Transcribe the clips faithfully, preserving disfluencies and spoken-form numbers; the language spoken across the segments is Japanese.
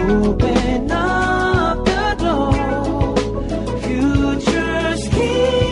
Open up the door. Future's key.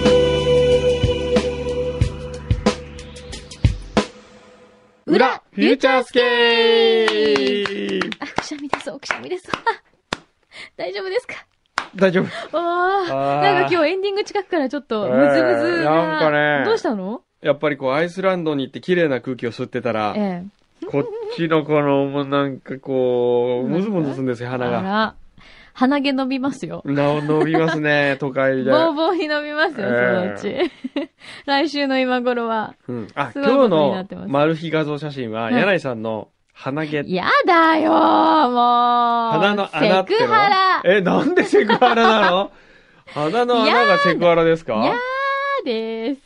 裏フューチャースケープ。 あ、くしゃみです、おくしゃみです。大丈夫ですか？ 大丈夫。 おー。 あーなんか今日エンディング近くからちょっとムズムズえーな。 なんかねどうしたの？ やっぱりこうアイスランドに行って綺麗な空気を吸ってたら、 ええ。 こっちのこの、もうなんかこう、ムズムズするんですよ、鼻が。 あら。鼻毛伸びますよ。 な、伸びますね、都会で。 ボーボーに伸びますよ、そのうち。 え来週の今頃は。 うん。あ、 すごいこ今日のとになってますマル秘画像写真は、 はい柳井さんの鼻毛。 やだよー、もう。 鼻の穴ってのセクハラ。 え、なんでセクハラなの？鼻の穴がセクハラですか？ やーです。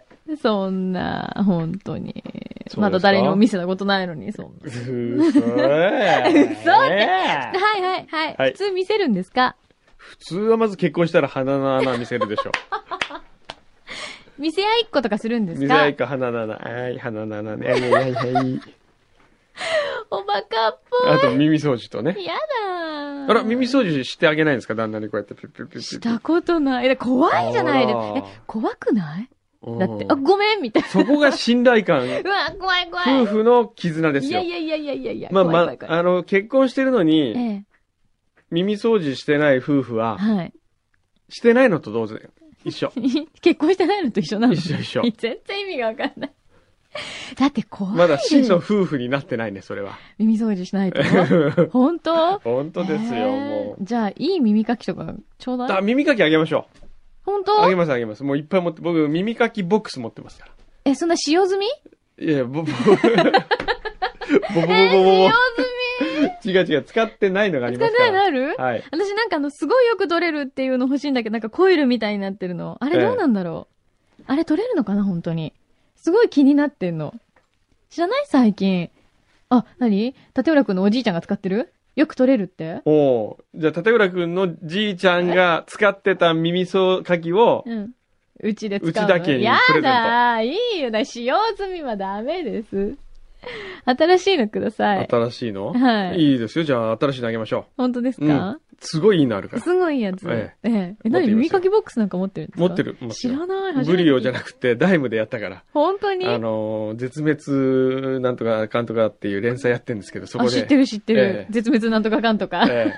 そんな、本当に。 すかまだ誰にも見せたことないのに、そんな。 うそー。 嘘って。 えはいはいはい。 はい普通見せるんですか？ 普通はまず結婚したら鼻の穴見せるでしょ。 見せ合いっことかするんですか？ 見せ合いか鼻の穴。はい、鼻の穴ね。はいはいはい。 おバカっぽい。 あと耳掃除とね。 やだー。 あら、耳掃除してあげないんですか？旦那にこうやってピュッピュッピュッピュッ。 したことない。え怖いじゃないですあらえ、怖くないうんだって、あ、ごめんみたいな。 そこが信頼感。 うわ、怖い怖い。 夫婦の絆ですよ。 いやいやいやいやいやいや。 まあま怖い怖い怖いあ、あの、結婚してるのに、 え耳掃除してない夫婦え。 は、 はい。 してないのと同時だよ。一緒。 結婚してないのと一緒なの？ 一緒一緒全然意味がわかんない。だって怖いまだでしょ。 真の夫婦になってないね、それは。 耳掃除しないと。本当？ 本当ですよ、 えーもう。 じゃあ、いい耳かきとか、ちょうだあ、 い。 耳かきあげましょう。 本当？ あげますあげます。もういっぱい持って、僕耳かきボックス持ってますから。 え、そんな使用済み？ いやいや、ボボボ。ボボボボボボボ。 使用済違う違う、使ってないのがありみ？使ってますから。 ないのある？ はい。 私なんかあの、すごいよく取れるっていうの欲しいんだけど、なんかコイルみたいになってるの。あれどうなんだろう、あれ取れるのかな本当に。すごい気になってんの。知らない最近。あ、なに立浦くんのおじいちゃんが使ってる？よく取れるって？ おお。じゃあ、立浦くんのじいちゃんが使ってた耳掃かきを、 うん。うちで使うの。 うちだけにやプレゼントだー、いいよな、使用済みはダメです。新しいのください。 新しいのはいいいですよ。じゃあ、新しいのあげましょ本当ですう。うかん。すごいいいのあるから。 すごいやつ。 えええ。え、 持って何きますよ耳かきボックスなんか持ってるんですか？ 持ってる。持ってる知らない。初めてブリオじゃなくて、ダイムでやったから。 本当に？ あのー、絶滅なんとかかんとかっていう連載やってるんですけど、そこあ、 で。 知ってる知ってる。 ええ絶滅なんとかかんとか。 え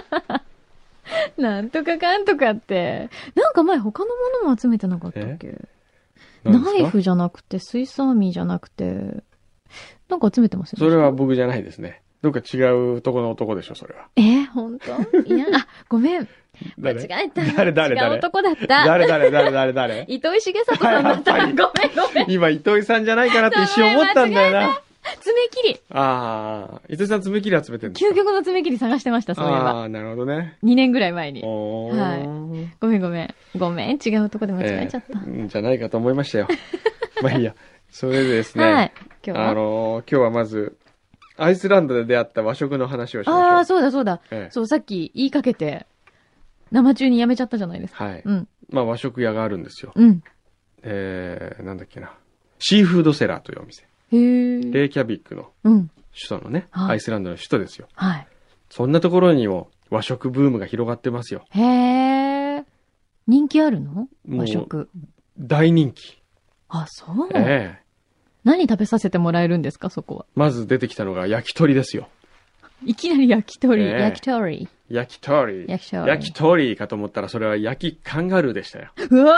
なんとかかんとかって。なんか前他のものも集めてなかったっけ？ えナイフじゃなくて、スイスアーミーじゃなくて、なんか集めてますよね。 それは僕じゃないですね。どっか違うとこの男でしょ、それは。 えー、ほんといや、あ、ごめん。間誰違えた。 誰誰誰違う男だった。 誰誰誰誰誰糸井重里さんだった。ごめんごめん。 今、糸井さんじゃないかなって一瞬思ったんだよな。 爪切り。 ああ、糸井さん爪切り集めてるんですか？ 究極の爪切り探してました、そういえば。 ああ、なるほどね。 にねんぐらい前に。 おー。 はいごめんごめん。ごめん、違うとこで間違えちゃった。 えーじゃないかと思いましたよ。まあいいや。それでですね。 はい。今日は。 あのー、今日はまず、アイスランドで出会った和食の話をしましょう。 ああ、そうだそうだ。 ええそう、さっき言いかけて、生中にやめちゃったじゃないですか。 はい。 うん。 まあ和食屋があるんですよ。 うん。 えー、なんだっけな。シーフードセラーというお店。 へー。 レイキャビックのうん。 首都のね、 はいアイスランドの首都ですよ。 はい。 そんなところにも和食ブームが広がってますよ。 へー。人気あるの？ もう和食。 大人気。 あ、そう。 ええ何食べさせてもらえるんですか、そこは。 まず出てきたのが焼き鳥ですよ。 いきなり焼き鳥。 ええ焼き鳥。 焼き鳥。 焼き鳥焼き鳥かと思ったらそれは焼きカンガルーでしたよ。 うわ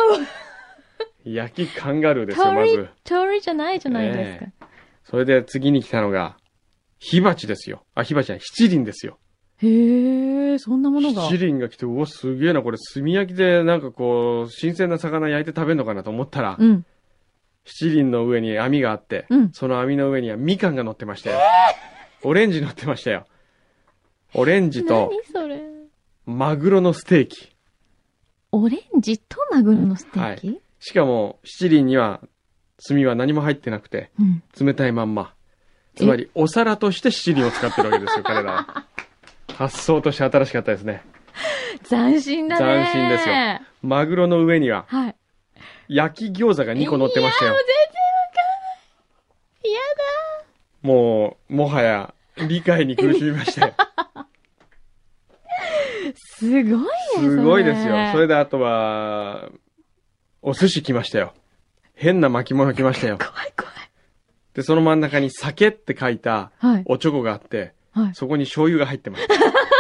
焼きカンガルーーですよ、ま鳥ず。、 鳥じゃないじゃないですか。 えそれで次に来たのが、火鉢ですよ。あ、火鉢じゃない、七輪ですよ。 へー、そんなものが。 七輪が来て、うわ、すげえな、これ炭焼きでなんかこう、新鮮な魚焼いて食べるのかなと思ったら、 うん。 七輪の上に網があって、 うんその網の上にはみかんが乗ってましたよ。オレンジ乗ってましたよ。オレンジと何それ。 マグロのステーキ。 オレンジとマグロのステーキ、 はいしかも、七輪には炭は何も入ってなくて、 うん。 冷たいまんま。つまり、お皿として七輪を使ってるわけですよ、彼らは。発想として新しかったですね。 斬新だね。 斬新ですよ。マグロの上には、 はい。 焼き餃子がにこ乗ってましたよいや、もう。全然わかんない。やだ。 もう、もはや、理解に苦しみましたよ。 すごいね。 すごいですよ。それで。 であとは、お寿司来ましたよ。変な巻物来ましたよ。 怖い怖い。 で、その真ん中に酒って書いたはい。 おちょこがあって、 はい。 そこに醤油が入ってました。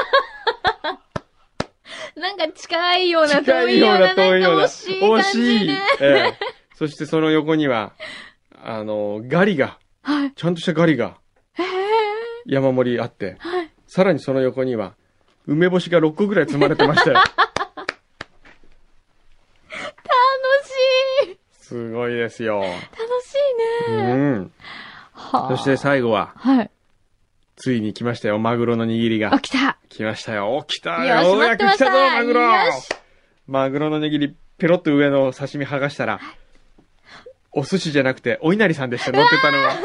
なんか近いような近遠いような、 いような遠いような。 なんか惜しい感惜しい。 じで。 ええ。そしてその横には、あの、ガリが、 はい。 ちゃんとしたガリがへえ。 山盛りあって、 はい。 さらにその横には、梅干しがろっこぐらい積まれてましたよ。 楽しい。 すごいですよ。 楽しういね。 ん。 はあ。 そして最後は、 はい。 ついに来ましたよ、マグロの握りがあ、。来た。 来ましたよ。お、来たよしよ。うやく来たぞ、 待ってましたマグロよし。 マグロの握り、ペロッと上の刺身剥がしたら、お寿司じゃなくて、お稲荷さんでした、乗ってたのは。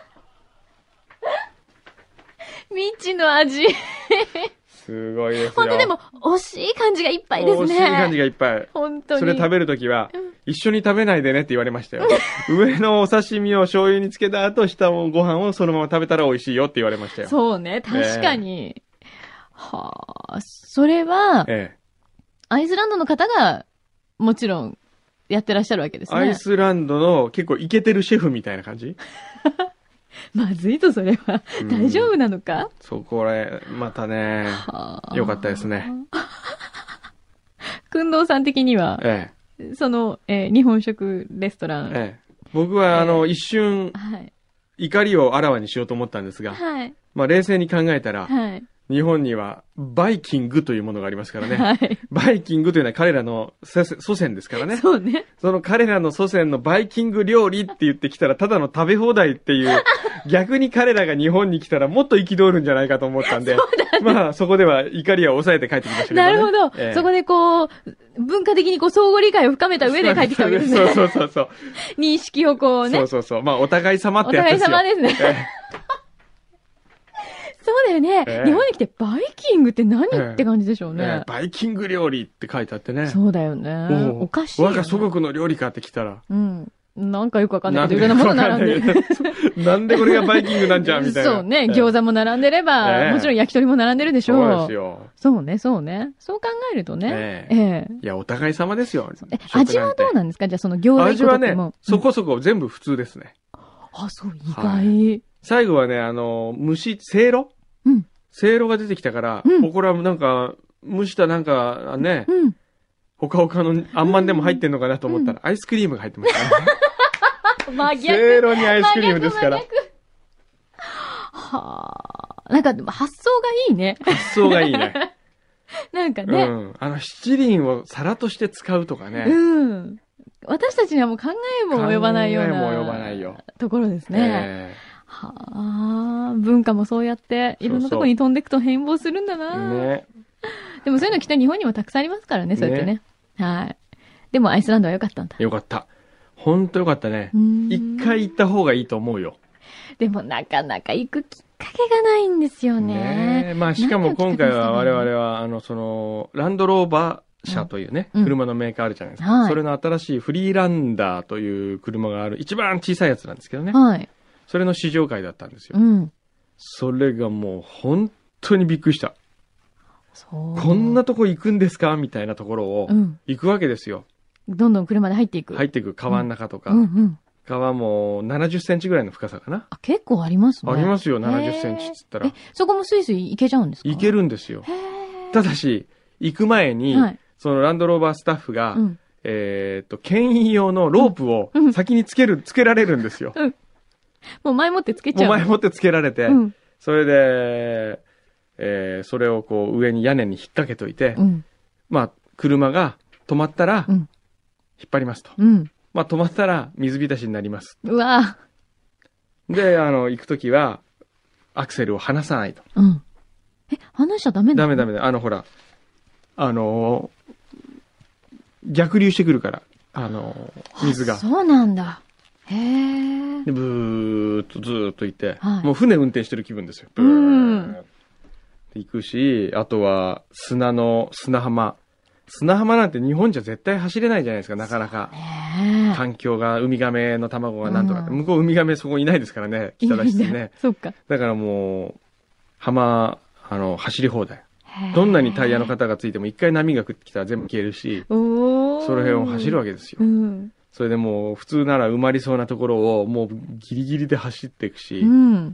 未知の味。 すごいですよ。 ほんとでも、惜しい感じがいっぱいですね。 惜しい感じがいっぱい。 本当に。 それ食べるときは、一緒に食べないでねって言われましたよ。上のお刺身を醤油につけた後、下のご飯をそのまま食べたら美味しいよって言われましたよ。 そうね、確かに。はあ、それは、 ええ。 アイスランドの方が、もちろん、やってらっしゃるわけですね。 アイスランドの結構イケてるシェフみたいな感じ。 まずいと、それは。 うん大丈夫なのかそう、これ、またね、 はあよかったですね。 くんどうさん的には、 えその、えー日本食レストラえ。 ン。 ええ。僕は、あの、一瞬、 はい。 怒りをあらわにしようと思ったんですが、 はい。 まあ、冷静に考えたら、 はい。 日本には、バイキングというものがありますからね。 はい。 バイキングというのは彼らの祖先祖先ですからね。 そうね。 その彼らの祖先のバイキング料理って言ってきたら、ただの食べ放題っていう、逆に彼らが日本に来たらもっと憤るんじゃないかと思ったんで、まあそこでは怒りは抑えて帰ってきましたけどね。 なるほど。 ええそこでこう、文化的にこう相互理解を深めた上で帰ってきたわけですね。 そうそうそうそう。 認識をこうね。 そうそうそう。まあお互い様っおてやつ互いですよ。 様ですね。そうだよね、 ええ日本に来てバイキングって何、 ええって感じでしょうええね。 バイキング料理って書いてあってね。 そうだよね。 おうおかしいよね。 我が祖国の料理かって来たら。 うん。なんかよくわかんないけど、いろんなもの並んでる。 る。なんでこれがバイキングなんじゃみたいな。 そうね。餃子も並んでれば、 ええもちろん焼き鳥も並んでるでしょう。 そうですよ。 そうね、そうね。そう考えるとね。 ええええいや、お互い様ですよ。 え、 食なんて味はどうなんですかじゃあその餃子味はね一個とっても。、 そこそこ全部普通ですね。 あ、そう、意は外。 最後はね、あの、虫、せいろうん。 せいろが出てきたから、 うんここらなんか、蒸したなんかね、 うん。 ほかほかのあんまんでも入ってんのかなと思ったら、アイスクリームが入ってましたね。 真逆。 せいろにアイスクリームですから真。逆真逆はあ。なんか、発想がいいね。 発想がいいね。うなんかね。 ん。あの、七輪を皿として使うとかね。 うん。私たちにはもう考えも及ばないような。 考えも及ばないよ。 ところですね。 えはあ。文化もそうやって、いろんなとこに飛んでいくと変貌するんだえな。 ね。 でもそういうのきっと日本にもたくさんありますからね、そうやってね。はい。でもアイスランドは良かったんだ。 よかった。ほんとよかったねう。ーん一回行った方がいいと思うよ。 でもなかなか行くきっかけがないんですよね。 ねえ。まあ、しかも今回は我何を聞か 々は、あの、その、ランドローバー社というね、 うん車のメーカーあるじゃないですか。 はいそれの新しいフリーランダーという車がある、一番小さいやつなんですけどね。 はい。 それの試乗会だったんですよ。 うん。 それがもう本当にびっくりした。 そう。 こんなとこ行くんですかみたいなところをうん。 行くわけですよ。 どんどん車で入っていく。 入っていく川の中とか、 うんうん。 川もななじゅっセンチぐらいの深さかな。 あ、結構ありますね。 ありますよ、ななじゅっセンチっつったらえ。、そこもスイスイ行けちゃうんですか行けるんですよ。 へーただし、行く前に、 はい。 そのランドローバースタッフが、 うん。 えっと、牽引用のロープをうん先につける、つけられるんですよ。 もう前もってつけちもうゃう。 前もってつけられて、 うん。 それで、えーそれをこう上に屋根に引っ掛けといて、 うん。 まあ、車が止まったら、 うん。 引っ張りますと。 うん。 まあ、止まったら水浸しになります。 うわで、あの、行くときは、アクセルを離さないと。 うん。え、離しちゃダメなのダメダメだ。あの、ほら、あのー逆流してくるから、あのー水があ。そうなんだ。へえ。 で、ブーっとずーっと行って、 はいもう船運転してる気分ですよ。ブーって行くし、あとは砂の、砂浜。砂浜なんて日本じゃ絶対走れないじゃないですか、なかなか。 ねえ。 環境が、ウミガメの卵がなんとかって、 うん向こうウミガメそこいないですからね、北田市いいんだね。 そっか。 だからもう、浜、あの、走り放題。 へどんなにタイヤの型がついても一回波が来たら全部消えるし、 おー。 その辺を走るわけですよ。 うん。 それでもう普通なら埋まりそうなところをもうギリギリで走っていくし、 うん。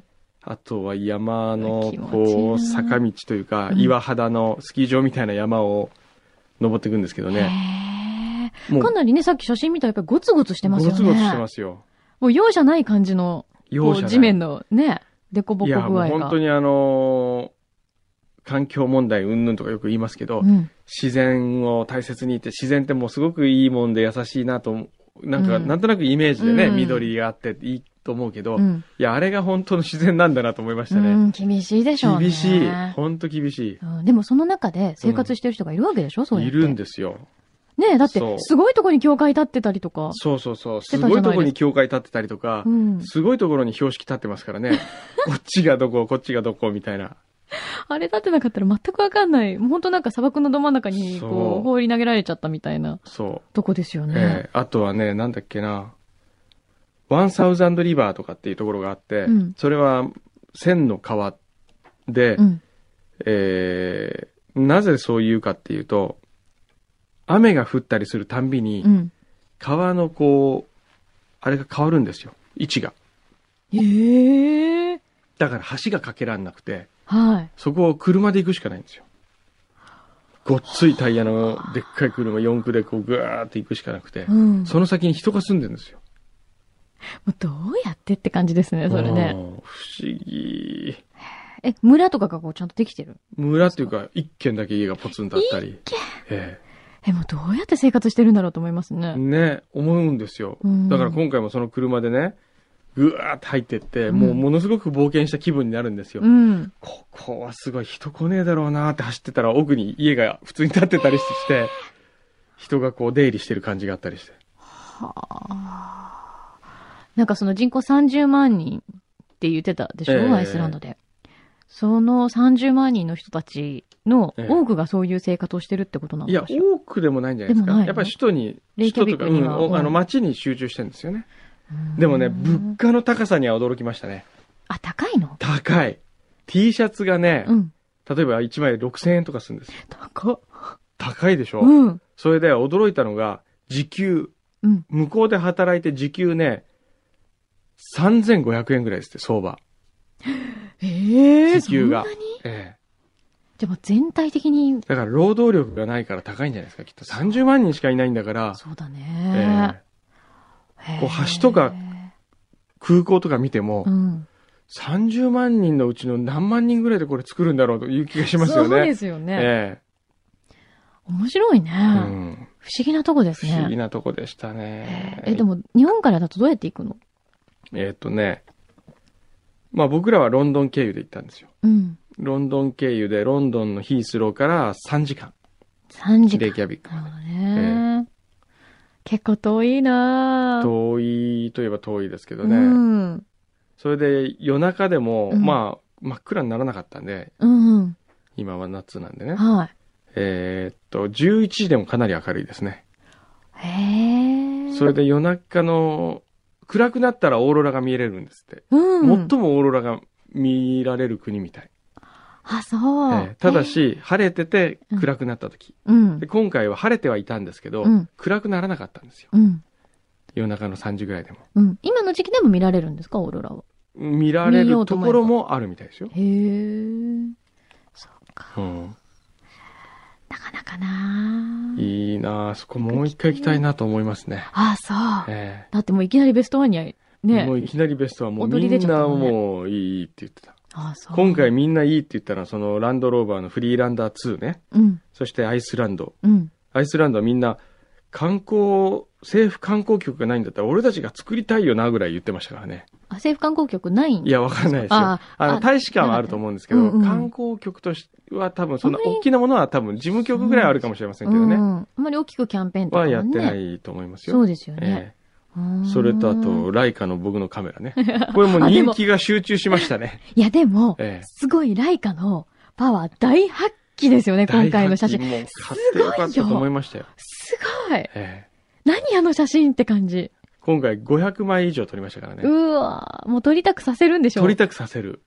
あとは山の気持ちいいこうな坂道というか、 うん岩肌のスキー場みたいな山を登っていくんですけどね。 へー。 もうかなりね、さっき写真見たらやっぱりゴツゴツしてますよね。 ゴツゴツしてますよ。 もう容赦ない感じの、 容赦ないこう地面のね、デコボいや、もうコ具合が。 本当にあのー環境問題云々とかよく言いますけど、 うん。 自然を大切にって、自然ってもうすごくいいもんで優しいなと、なんか、 うんなんとなくイメージでね、 うん緑があっていいと思うけど、 うん。 いや、あれが本当の自然なんだなと思いましたね。 うん、厳しいでしょうね。 厳しい。本当厳しうん、でもその中で生活してる人がいるわけでしょ、そうい。 やって。 いるんですよ。 ねえ、だってそう、 すごいとこに教会立ってたりとか。 そうそうそう。 してたじゃないですかすごいところに教会立ってたりとか、 うん。 すごいところに標識立ってますからね。こっちがどこ、こっちがどこ、みたいな。 あれ立ってなかったら全くわかんない。もうほんとなんか砂漠のど真ん中に、 そうこう、放り投げられちゃったみたいなそとこですよう。 ね。 ええあとはね、なんだっけな。ワンサウザンドリバーとかっていうところがあって、 うんそれは千の川で、 うん。 えーなぜそう言うかっていうと、雨が降ったりするたんびに、 うん。 川のこう、あれが変わるんですよ。位置が。 ええー。 だから橋が架けらんなくて、 はい。 そこを車で行くしかないんですよ。ごっついタイヤのでっかい車よん駆でこうぐーって行くしかなくて、 うん。もその先に人が住んでるんですよ。 うどうやってって感じですね、それね。 うん不思議。 え、村とかがこうちゃんとできてる？ 村っていうか、一軒だけ家がポツンとあったり。ええ、もうどうやって生活してるんだろうと思いますえね。 ね、思うんですよ。 うんだから今回もその車でね、ぐわーって入ってって、 うんもうものすごく冒険した気分になるんですよ。 うん。 ここはすごい人来ねえだろうなーって走ってたら奥に家が普通に建ってたりして、人がこう出入りしてる感じがあったりして。 はあ。なんかその人口さんじゅうまんにんって言ってたでしょ、 ええアイスランドで。そのさんじゅうまんにんの人たちのええ多くがそういう生活をしてるってことなのいや、 かしら。 多くでもないんじゃないですか。 でもないのやっぱり首都に、 レイキャビ首都とか、うんクにはおあのうん街に集中してるんですよね。 うんでもね、物価の高さには驚きましたね。 あ、高いの？ 高い。T シャツがね、 うん。 例えばいちまいろくせんえんとかするんですよ。 高っ。 高いでしょ、 うん。 それで驚いたのが、時給、 うん。 向こうで働いて時給ね、さんぜんごひゃくえんぐらいですって、相場。 ええ時給がそんなに？ ええ。 でも全体的に、 だから労働力がないから高いんじゃないですか、きっと。さんじゅうまんにんしかいないんだから、 そうだえね。 えこう橋とか空港とか見ても、 うん。 さんじゅうまんにんのうちの何万人ぐらいでこれ作るんだろうという気がしますよね。 そうですよね。 え面白いね、 えうん。 不思議なとこですね。 不思議なとこでしたね。 え、でも、日本からだとどうやって行くの？ えーっとね、まあ僕らはロンドン経由で行ったんですよ。 うん。 ロンドン経由でロンドンのヒースローからさんじかん。 さんじかん。 レイキャビックまなるほどね。結構遠いで。 なぁ。 遠いといえば遠いですけどうね。 ん。 それで夜中でも、 うんまあ真っ暗にならなかったんで、 うん。 今は夏なんでね。 はい。 えーっと、じゅういちじでもかなり明るいですね。 へえ。 それで夜中の、暗くなったらオーロラが見えれるんですって。 うん。 最もオーロラが見られる国みたい。 あ、そう。 ええただし、晴れてて暗くなった時、 うんで。今回は晴れてはいたんですけど、 うん暗くならなかったんですよ。 うん。 夜中のさんじぐらいでも。 うん。今の時期でも見られるんですか、オーロラは。 見られ見よるとうと思えばころもあるみたいですよ。 へえ。そうか。 うん、 なかなかなぁ。 いいなあそこもう一回行きたいなと思いますね。 あ、そう。 えだってもういきなりベストワンには、 えね。 もういきなりベストはもう踊りみんな出ちゃったもんねもういいって言ってた。 あ、そう。 今回みんないいって言ったのはそのランドローバーのフリーランダーツーね。 うん。 そしてアイスランド。 うん。 アイスランドはみんな観光、政府観光局がないんだったら俺たちが作りたいよなぐらい言ってましたからね。 あ、政府観光局ないんいや、わかんないですよ。 あああの、大使館はあると思うんですけど、 うんうん観光局としては多分そんなあんまり大きなものは多分事務局ぐらいあるかもしれませんけどね。 うん。あんまり大きくキャンペーンとかもね。 はやってないと思いますよ。 そうですよね。 ええそれとあと、ライカの僕のカメラね。これもうあでも人気が集中しましたね。 いや、でも、 ええすごいライカのパワー大発揮ですよね、今回の写真。 大発揮もう買ってよかったと思いましたよ。 すごい。 ええ何あの写真って感じ。 今回ごひゃくまい以上撮りましたからね。 うわぁ、もう撮りたくさせるんでしょ？ 撮りたくさせる。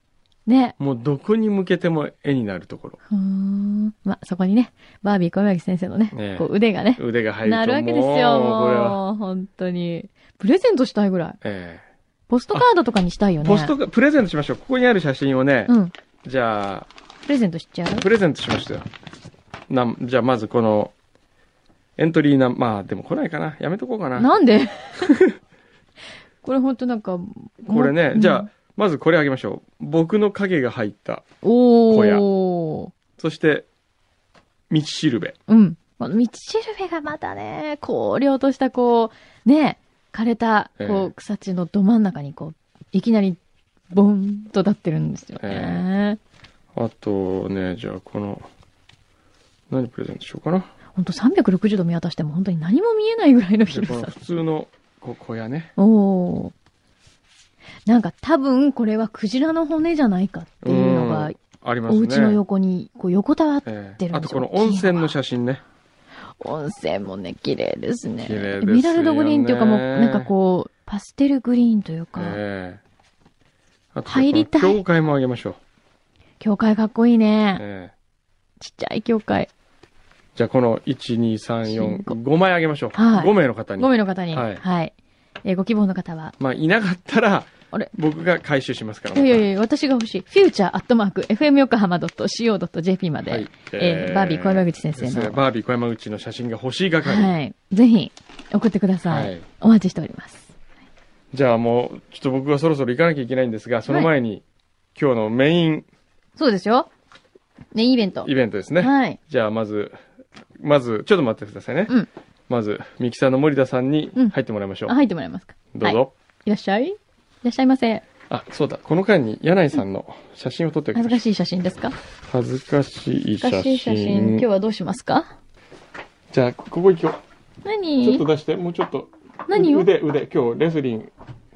ね。 もうどこに向けても絵になるところ。 うーん。まあ、そこにね、バービー小山木先生のね、 ねこう腕がね、 腕が入るとなるわけですよ、 もうこれは。 もう。本当に。プレゼントしたいぐらい。 えポストカードとかにしたいよね。 えポストが、プレゼントしましょう。ここにある写真をね、 うん。 じゃあ、 プレゼントしちゃうプレゼントしましたよ。な、じゃあまずこの、エントリーな、まあでも来ないかな。やめとこうかな。 なんでこれほんとなんか、 これね、 うんじゃあ、まずこれあげましょう。僕の影が入った。 お小ー。 そして、道しるべ。 うん。この道しるべがまたね、荒涼としたこう、ね、枯れた、こええう、草地のど真ん中にこう、いきなり、ボンと立ってるんですよね。 あとね、じゃあこの、何プレゼントしようかな。 ほんとさんびゃくろくじゅうど見渡しても本当に何も見えないぐらいので広さこの普。通のこ小屋ね。 おー。なんか多分これはクジラの骨じゃないかっていうのが、 ありますね。 お家の横にこう横たわってえるんですよ。 えあとこの温泉の写真ね。 温泉もね、綺麗ですね。 綺麗ですよねエメラルドグリーンっていうかもう、なんかこう、パステルグリーンというか、 ええあと入りたいこの教会もあげましょう。 教会かっこいいね。 ええちっちゃい教会。 じゃあこのいち、に、さん、よん、ごまいあげましょう。 はいご名の方に。 ご名の方に。 ははいい。えーご希望の方は、 まあ、いなかったら、 あれ僕が回収しますから。 いやいやいや、私が欲しい。フューチャーアットマーク、エフエム 横浜 .co.jp まで、 はいえーバービー小山口先生ですねの、 バービー小山口の写真が欲しい係。 はい。ぜひ、送ってください。 はいお待ちしております。 じゃあもう、ちょっと僕がそろそろ行かなきゃいけないんですが、その前に、今日のメインそうですよ。ね、イベント。 イベントですね。 はい。 じゃあまず、まず、ちょっと待ってくださいね。 うん。 まず、ミキサーの森田さんにうん入ってもらいましょう。 あ、入ってもらえますか。 どうぞ、 はい。いらっしゃい。いらっしゃいませ。 あ、そうだ。この間に柳井さんの写真を撮っておきましょう。 恥ずかしい写真ですか恥ずかしい写真。 恥ずかしい写真。今日はどうしますかじゃあ、ここ行こう。ちょっ何と出して、もうちょっと。 何を腕、腕。今日、レスリング。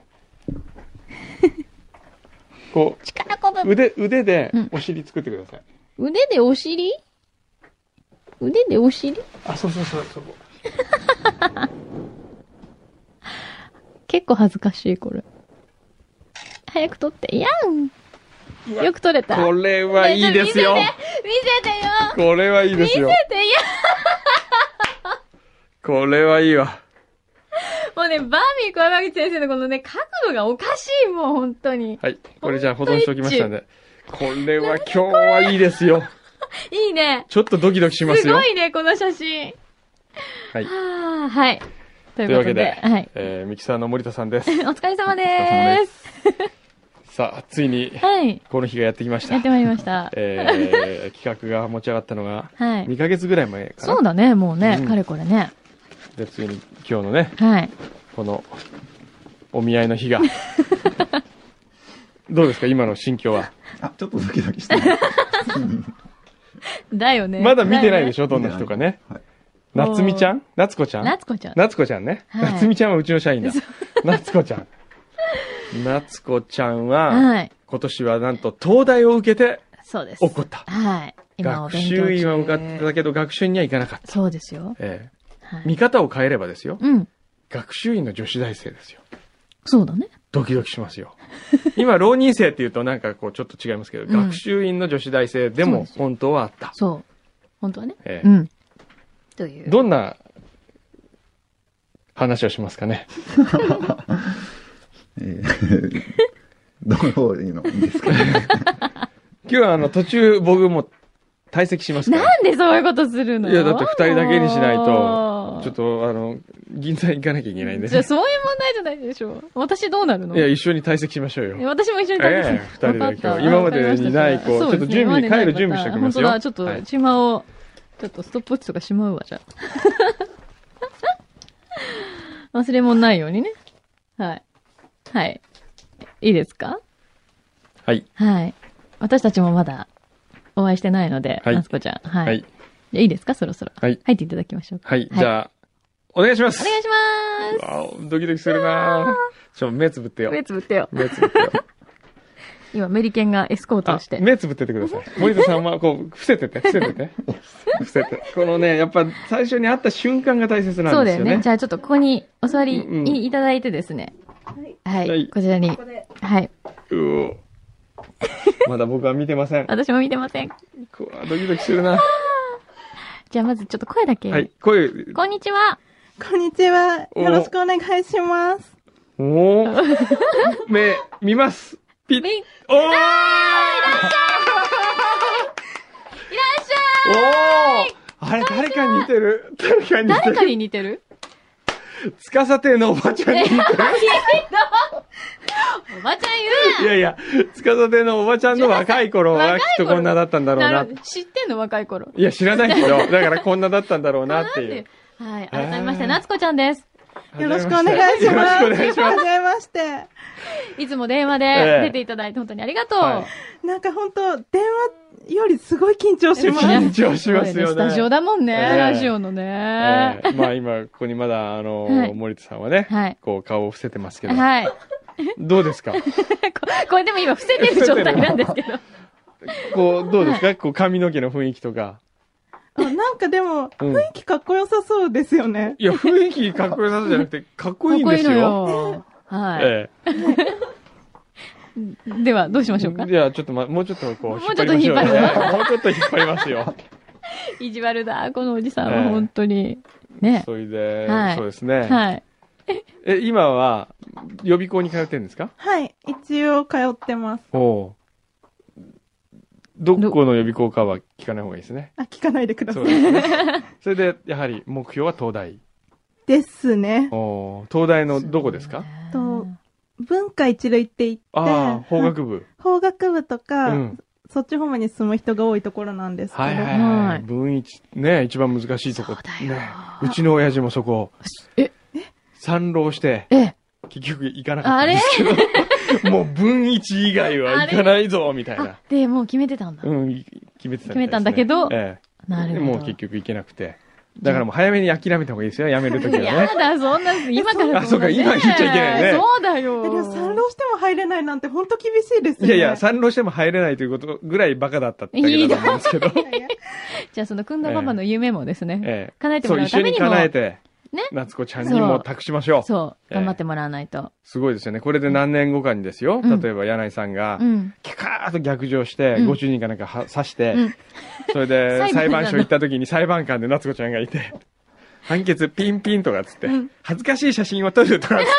こ力こぶう、腕、腕でうんお尻作ってください。 腕でお尻腕でお尻あ、そうそうそう、そこ。 結構恥ずかしい、これ。早く撮って。いやん。よく撮れた。 これはいいですよ。 見せて見せてよこれはいいですよ。 見せて、いやこれはいいわ。 もうね、バービー小山口先生のこのね、角度がおかしい、もう本当に。 はい。これじゃあ保存しておきましたんで。これは今日はいいですよ。 いいね。 ちょっとドキドキしますよ。 すごいね、この写真。 はい。 はあ、はい。というというわけことで、 で、 はい。 えー、ミキサーの森田さんです。 お疲れ様でお疲れ様ー。 ですさあ、ついに、 はい。 この日がやってきましたやっ。てまいりました。 えー、企画が持ち上がったのが、 はい。 にかげつぐらい前かな。 そうだね、もうね、 うんかれこれね。 で、ついに今日のね、 はい。 この、お見合いの日が。どうですか今の心境は。 あ、ちょっとドキドキしてます。 だよね。 まだ見てないでしょ。 ょどんな人かね。 はい。 夏美ちゃん夏子ちゃん夏子ちゃん。 夏子ちゃんね。 はい夏美ちゃんはうちの社員だ。夏子ちゃん。夏子ちゃんは、 はい。 今年はなんと東大を受けてそうです。 怒った。 はい。今お学勉強中。 習院は受かってたけど、学習院には行かなかった。 そうですよ。 ええはい。 見方を変えればですよ。 うん。 学習院の女子大生ですよ。 そうだね。 ドキドキしますよ。今、浪人生って言うとなんかこうちょっと違いますけど、 うん学習院の女子大生でもそうですよ本当はあった。 そう。本当はね。 ええうん。という。 どんな話をしますかね。 えー、どういうのいいですかね。 今日はあの途中僕も退席しますから。 なんでそういうことするのいやだって二人だけにしないともうちょっとあの、銀座に行かなきゃいけないんで。 じゃあそういう問題じゃないでしょ。私どうなるのいや、一緒に退席しましょうよ。 私も一緒に食べええて二人でわかった今日今までにないこうそうですねちょっと準備今までにない帰る準備しておきますよ本当だ、ちょっと、 はいチマを、ちょっとストップウォッチとかしまうわ、じゃあ。忘れ物ないようにね。はい。はい。いいですかはい。 はい。私たちもまだお会いしてないので、 はいマスコちゃん。はい。 はい。 じゃあいいですかそろそろ。 はい入っていただきましょう。 はい。じゃあ、お願いします。 お願いしまわおドキドキするなぁちょ、目つぶってよす。。目つぶってよ。 目つぶってよ。 今、メリケンがエスコートをあして。 目つぶっててください。森田さんは、こう、伏せてて、伏せてて。伏せて。このね、やっぱ、最初に会った瞬間が大切なんですよね。 そうだよね。じゃあちょっとここにお座りうんうんいいただいてですね。はい。 はいこちらに。はい。 うおまだ僕は見てません。 私も見てません。 こわドキドキするな。 じゃあまずちょっと声だけ。 はい、声。 こんにちは。 こんにちは。 およろしくお願いします。 おー。目、見ます。ピッ。 みいおーいらっしゃい。 おーあれ、誰かに似てる。誰かに似てる。 誰かに似てる？ つかさ亭のおばちゃんに似てる。 おばちゃん言うな。 いやいや、つかさ亭のおばちゃんの若い頃はきっとこんなだったんだろうな。 なる知ってんの若い頃。 いや、知らないけど、だからこんなだったんだろうなっていう。 はい。改めまして、夏子ちゃんです。 よろしくお願いします。 よろしくお願いします。 はじめまして。 いつも電話でええ出ていただいて本当にありがとう。 はなんか本当電話よりすごい緊張します。 緊張しますよね。 スタジオだもんね、 ええラジオのね。 ええまあ今、ここにまだ、あの、 はい森田さんはね、 はいこう顔を伏せてますけど、 はい。こどうですかこれでも今伏せてる状態なんですけど。 こう、どうですかこう髪の毛の雰囲気とか。 あなんかでも、 うん雰囲気かっこよさそうですよね。 いや、雰囲気かっこよさそうじゃなくて、かっこいいんですよ。 かっこいいのよ。はい。 えでは、どうしましょうかえ。。じゃあ、ちょっとま、もうちょっとこう、 もうちょっと引っ張る引っ張りましょうね。もうちょっと引っ張りますよ。 意地悪だ、このおじさんええは本当に。ね。 それで、 はいそうですね。 はい。 え、今は、予備校に通ってるんですかはい。一応通ってます。 おうどこの予備校かは聞かない方がいいですね。 あ、聞かないでください。 そうですね。それで、やはり、目標は東大。 ですね。 お東大のどこですかと、文化一類って言って、 ああ、法学部。 法学部とか、 うんそっち方面に進む人が多いところなんですけど。 はいはいははいい。文一、ね、一番難しいとこ。 そうだよね。うちの親父もそこ、 え、 三浪して、 ええ、 結局行かなかったんですけど、もう文一以外は行かないぞ、みたいな。 で、もう決めてたんだ。 うん、い決めてたみたいですね。 決めたんだけどええ。 なるほど。 もう結局行けなくて。だからもう早めに諦めた方がいいですよ、辞めるときはやね。 だ、そんな、今からあそうか今言っちゃいけないねそうだえでもよ。 三浪しても入れないなんて本当厳しいですよね。 いやいや、三浪しても入れないということぐらいバカだったってだけだと思うんですけど。 いやいやじゃあその、くんだパパの夢もですね、 ええ。 叶えてそう、 もらうためにも。 一緒に叶えて、 ね夏子ちゃんにも託しましょう。 そう、 ええ頑張ってもらわないと。 すごいですよね。これで何年後かにですよ。 うん例えば柳井さんがう、ん。 キャカーッと逆上して、 うんご主人かなんかは刺して、 うん。 それで裁判裁判所行った時に裁判官で夏子ちゃんがいて、判決ピンピンとかっつって、 うん恥ずかしい写真を撮るとかっつって、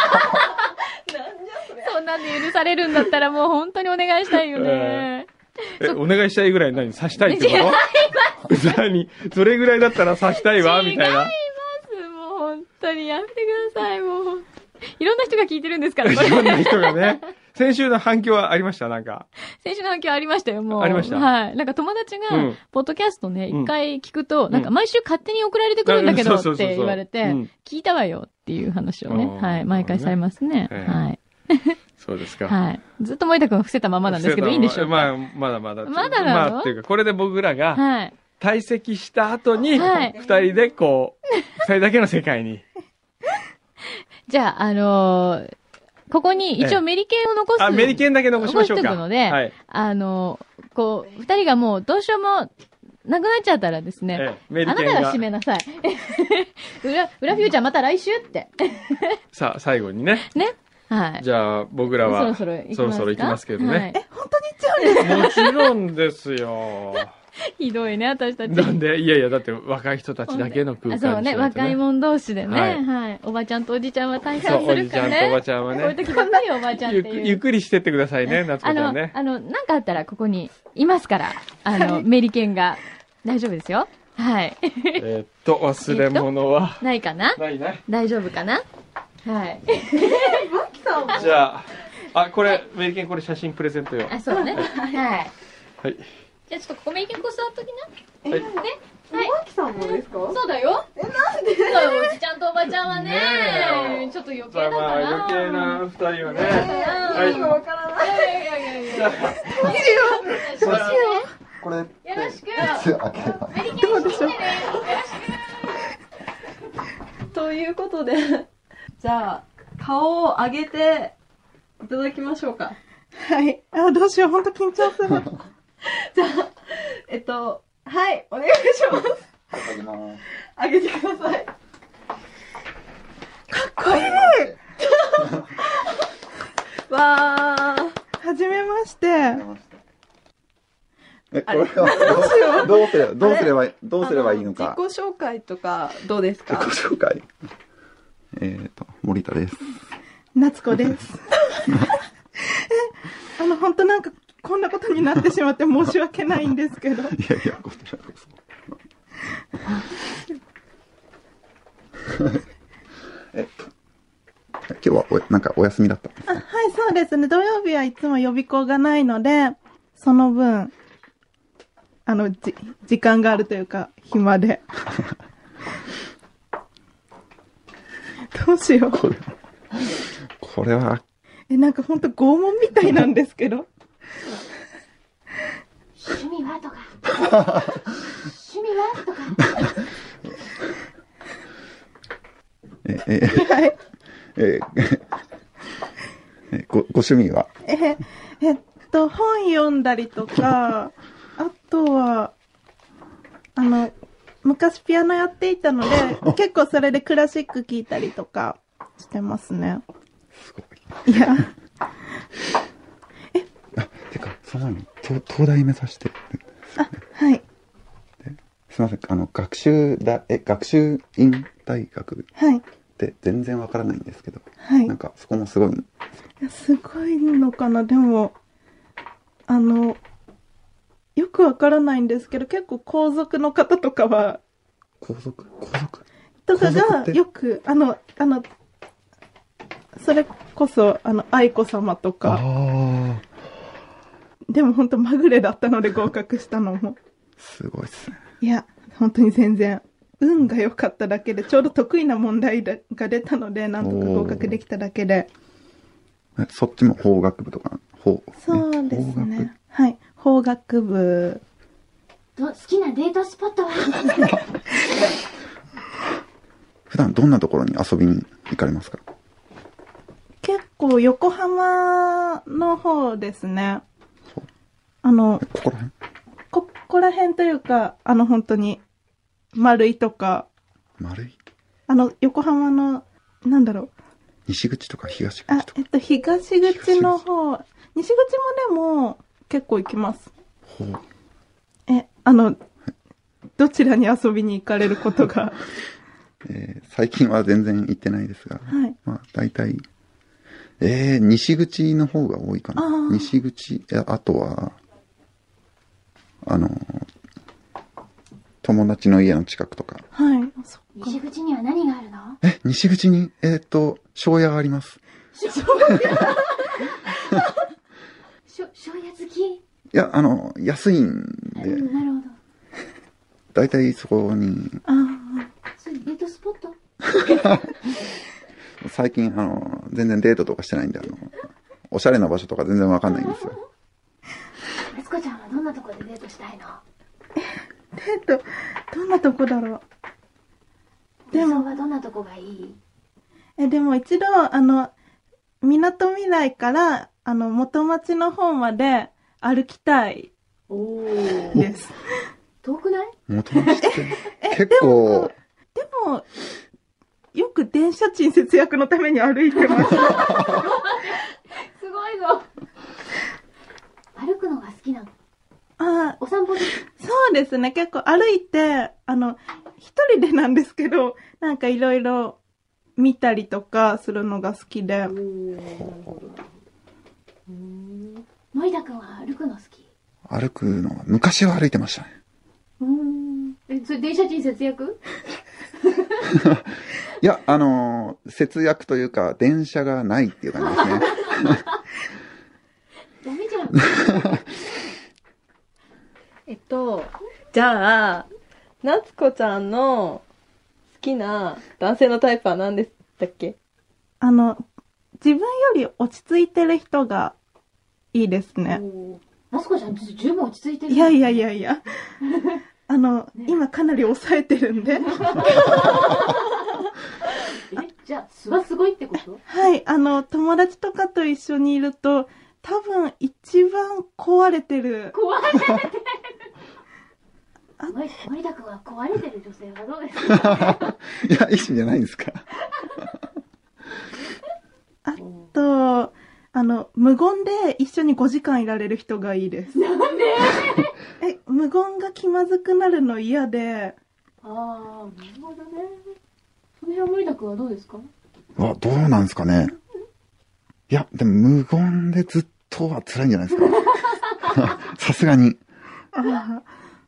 そんなんで許されるんだったらもう本当にお願いしたいよね。 え、お願いしたいぐらい何刺したいってこと何それぐらいだったら刺したいわ、みたいな。 もう本当にやめてください、もう。いろんな人が聞いてるんですから、これいろんな人がね。先週の反響はありましたなんか。 先週の反響ありましたよ、もう。 ありましたはい。なんか友達がうん、 ポッドキャストね、 うん一回聞くと、 んなんか毎週勝手に送られてくるんだけどっうんそうそうそうそうて言われてうん、 聞いたわよっていう話をね、 あーはい、毎回されますね。 ええはい。 そうですか。 はい。ずっと森田くんは伏せたままなんですけど、いいんでしょうか？ まあ、まだまだ。 まだなのまあ、っていうか、これで僕らがはい。 退席した後に、 はい二人でこう、二人だけの世界に。 じゃあ、あのーここに一応メリケンを残す。 あ、メリケンだけ残しましょうか。 残しとくのではい。 あのーこう、二人がもうどうしようもなくなっちゃったらですね、 ええ、メあなリケンがたが締めなさい。裏、裏フューチャーまた来週って。 さあ、最後にね。 ね。はい。 じゃあ、僕らは、 そろそろ行きますかそろそろ行きますけどはねい。 え、本当に行っちゃうんですか？ もちろんですよ。 ひどいね、私たち。 なんで、いやいや、だって若い人たちだけの空間にしそうね、 ないと若い者同士でね、 ははいい。おばちゃんとおじちゃんは対そう、 戦すおじちゃんるからね。 とおばちゃんはこういうね。 時ばっかりおばちゃんっていう。 ゆっゆっくりしてってくださいね、夏子あの、 ちゃんね。 あの、なんかあったらここにいますから、あの、メリケンが。大丈夫ですよ。はい。 えーっと、忘れ物は、 ないかなないね。 大丈夫かなはい。 じゃあ、あ、これ、メリケンこれ写真プレゼントよ。 あ、そうね。はい。 はい。 じゃあちょっとここメリケンこ座っときな。 はい。 ね。はい。 マキさんもですか？ そうだよ。え、なんでそうおじちゃんとおばちゃんはねね、えちょっと余計じゃあまあ、 だから。 余計な二人はね。 ははい。 わからない。 いやいやいやいやいや。 じゃあ、 どうしよこれ、 う。よろしく。 いつ開ければメリケンしてね。よろしということで、じゃあ、顔を上げていただきましょうか。はい。あ、どうしよう。ほんと緊張する。じゃあ、えっと、はい、お願いします。 開けます。 上げてください。かっこいいわー。 はじめまして。 え、これはどうすれば、どうすれば、どうすればいいのか。 自己紹介とか、どうですか？ 自己紹介。えっと、森田です。 夏子です。え、あの、本当なんか、こんなことになってしまって申し訳ないんですけど。いやいや、こちらこそ。えっと、今日はお、なんかお休みだったんですか？あ、 はい、そうですね。土曜日はいつも予備校がないので、その分、あの、じ、時間があるというか、暇で。どうしよう。 これ、これは。 え、なんかほんと拷問みたいなんですけど。 趣味はとか。趣味はとか。 え、え、はい。え、え、ご、ご趣味は？ え、えっと、本読んだりとか、あとは、あの、昔ピアノやっていたので、結構それでクラシック聴いたりとかしてますね。 すごい。 いや。 え、あ、てか、その前に、東、東大目指してるんですよね。 あ、はい。 すいません、あの、学習だ、え、学習院大学って全然わからないんですけど、はい。なんか、そこもすごいんですか？ いや、すごいのかな。でも、あの、よくわからないんですけど、結構皇族の方とかは、 皇族皇族とかがよく、あの、あの、それこそ、あの、愛子様とか。あでも本当まぐれだったので合格したのも。 すごいっすね。 いや、本当に全然、運が良かっただけで、ちょうど得意な問題が出たので、なんとか合格できただけで。 え、そっちも法学部とか、法、 そうですね。はい。法学部。 ど好きなデートスポットは普段どんなところに遊びに行かれますか？ 結構横浜の方ですね。あの、 ここら辺ここら辺というか、あの本当に、丸井とか。 丸井あの、横浜の、なんだろう。 西口とか東口とか。あ、えっと、東口の方、西口もでも結構行きます。ほう。え、あの、どちらに遊びに行かれることがえー、最近は全然行ってないですが、はい。まあ、大体、えー、西口の方が多いかな。西口、あとは、あの、友達の家の近くとか。 はい。 西口には何があるの？ え、西口に、えっと、庄屋があります。 庄屋庄屋好き？いや、あの、安いんで。 うん、なるほど。 大体そこに。 ああ。それデートスポット？ 最近、あの、全然デートとかしてないんで、あの、おしゃれな場所とか全然わかんないんですよ。 夏子ちゃんはどんなとこでデートしたいの？ え、デート、どんなとこだろう。 でも、はどんなとこがいい？ え、でも一度、あの、みなとみらいから、あの、元町の方まで歩きたい。おー。です。 遠くない？ 元町って結構。 でも、でもよく電車賃節約のために歩いてます。すごいぞ。歩くのが好きなの？ ああ、 お散歩です。 そうですね。結構歩いて、あの、一人でなんですけど、なんかいろいろ見たりとかするのが好きで。 森田くんは歩くの好き？ 歩くのは、昔は歩いてましたね。 うーん。え、それ電車賃節約？ いや、あのー、節約というか、電車がないっていう感じですね。 ダメじゃん。 えっと、じゃあ、夏子ちゃんの好きな男性のタイプは何でしたっけ？あの、自分より落ち着いてる人がいいですね。 夏子ちゃん、十分落ち着いてる。 いやいやいやいや。あの、ね、今かなり抑えてるんで。 え、じゃあ、素はすごいってこと？ はい、あの、友達とかと一緒にいると、多分一番壊れてる。 壊れてる森田くんは壊れてる女性はどうですか？ いや、意思じゃないんですか？ あと、あの、 無言で一緒にごじかんいられる人がいいです。 なんでえ、無言が気まずくなるの嫌で。 ああ、なるほどね。その辺は森田くんはどうですか？ わ、どうなんですかね。いや、でも無言でずっとは辛いんじゃないですか。さすがに。 あれなん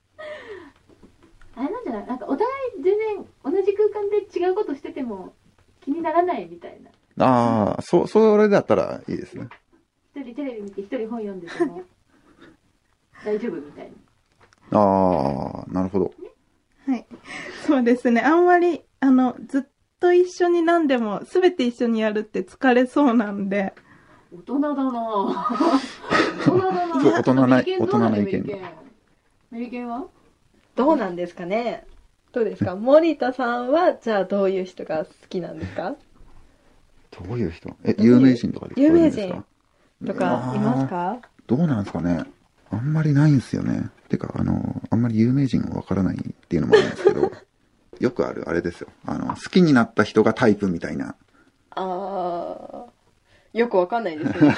じゃない？なんかお互い全然同じ空間で違うことしてても気にならないみたいな。 ああ、そ、それだったらいいですね。 一人テレビ見て一人本読んでても大丈夫みたいな。ああ、なるほど。 はい。そうですね。あんまり、あの、ずっと一緒に何でも、すべて一緒にやるって疲れそうなんで。 大人だなぁ。大人だなぁ。 大人な、大人な意見。 メリケンはどうなんですかね。どうですか森田さんは、じゃあどういう人が好きなんですか？ どういう人？え、有名人とかで聞こえるんですか？ 有名人とかいますか？ どうなんですかね。あんまりないんですよね。てか、あの、あんまり有名人わからないっていうのもあるんですけど、よくあるあれですよ。あの、好きになった人がタイプみたいな。 あー、よくわかんないですね。好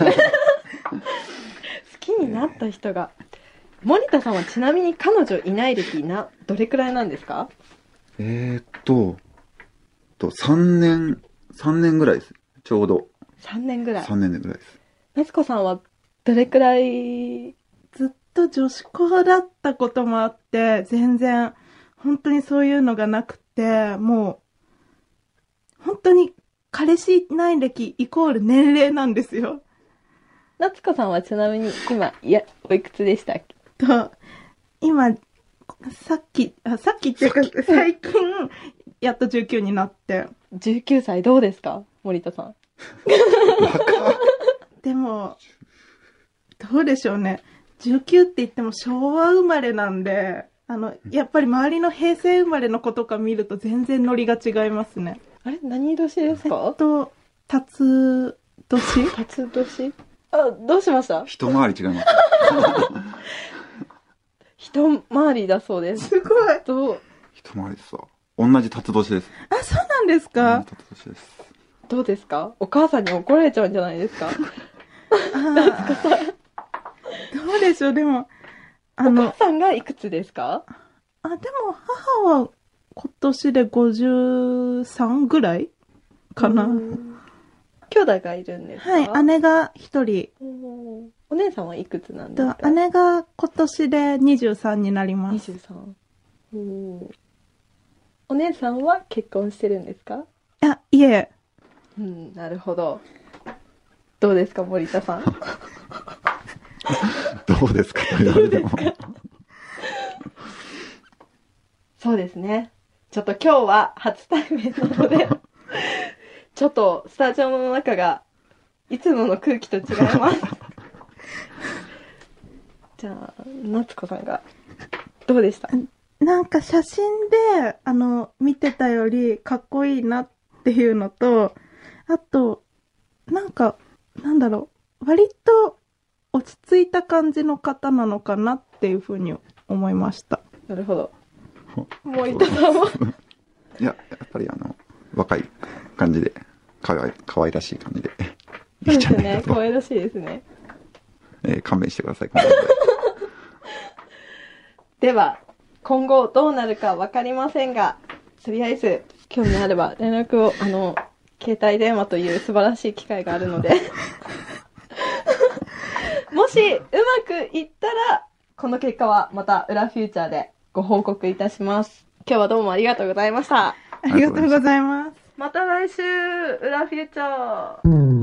きになった人が。森田さんはちなみに彼女いない歴な、どれくらいなんですか？ えー、っと、と、さんねん、さんねんぐらいです。ちょうど。 さんねんぐらい。 さんねんぐらいです。 夏子さんはどれくらい？ずっと女子校だったこともあって、全然、本当にそういうのがなくて、もう、本当に彼氏いない歴イコール年齢なんですよ。夏子さんはちなみに今、いや、おいくつでしたっけ？と、今、さっき、あ、さっきっていうか、最近、やっとじゅうきゅうになって。じゅうきゅうさいどうですか森田さん。でも、どうでしょうね。じゅうきゅうって言っても昭和生まれなんで、あの、やっぱり周りの平成生まれの子とか見ると全然ノリが違いますね。あれ何年ですか？えっと、たつ年たつ年あ、どうしました？ 一回り違います。 一回りだそうです。すごい。どう？ 一回りですわ。同じ辰年です。 あ、そうなんですか？ 同じ辰年です。どうですか？お母さんに怒られちゃうんじゃないですか？あどうでしょう、でも、あの。お母さんがいくつですか？あ、でも母は今年でごじゅうさんぐらいかな。兄弟がいるんですか？はい、姉が一人。お姉さんはいくつなんですか？姉が今年でにじゅうさんになります。にじゅうさん。お姉さんは結婚してるんですか？あ、いえ。うん、なるほど。どうですか、森田さん。 どうですかと言われても。 そうですね。ちょっと今日は初対面なので、ちょっとスタジオの中がいつもの空気と違います。じゃあ、夏子さんがどうでした？なんか写真で、あの、見てたよりかっこいいなっていうのと、あと、なんか、なんだろう、割と落ち着いた感じの方なのかなっていうふうに思いました。なるほど。森田さんはいや、やっぱりあの、若い感じで、かわい、かわいらしい感じで。 そうですね、かわいらしいですね。 えー、勘弁してください。 では、今後どうなるかわかりませんが、とりあえず、興味あれば連絡を、あの、携帯電話という素晴らしい機会があるので、もしうまくいったら、この結果はまた裏フューチャーでご報告いたします。今日はどうもありがとうございました。ありがとうございます。また来週、裏フューチャー。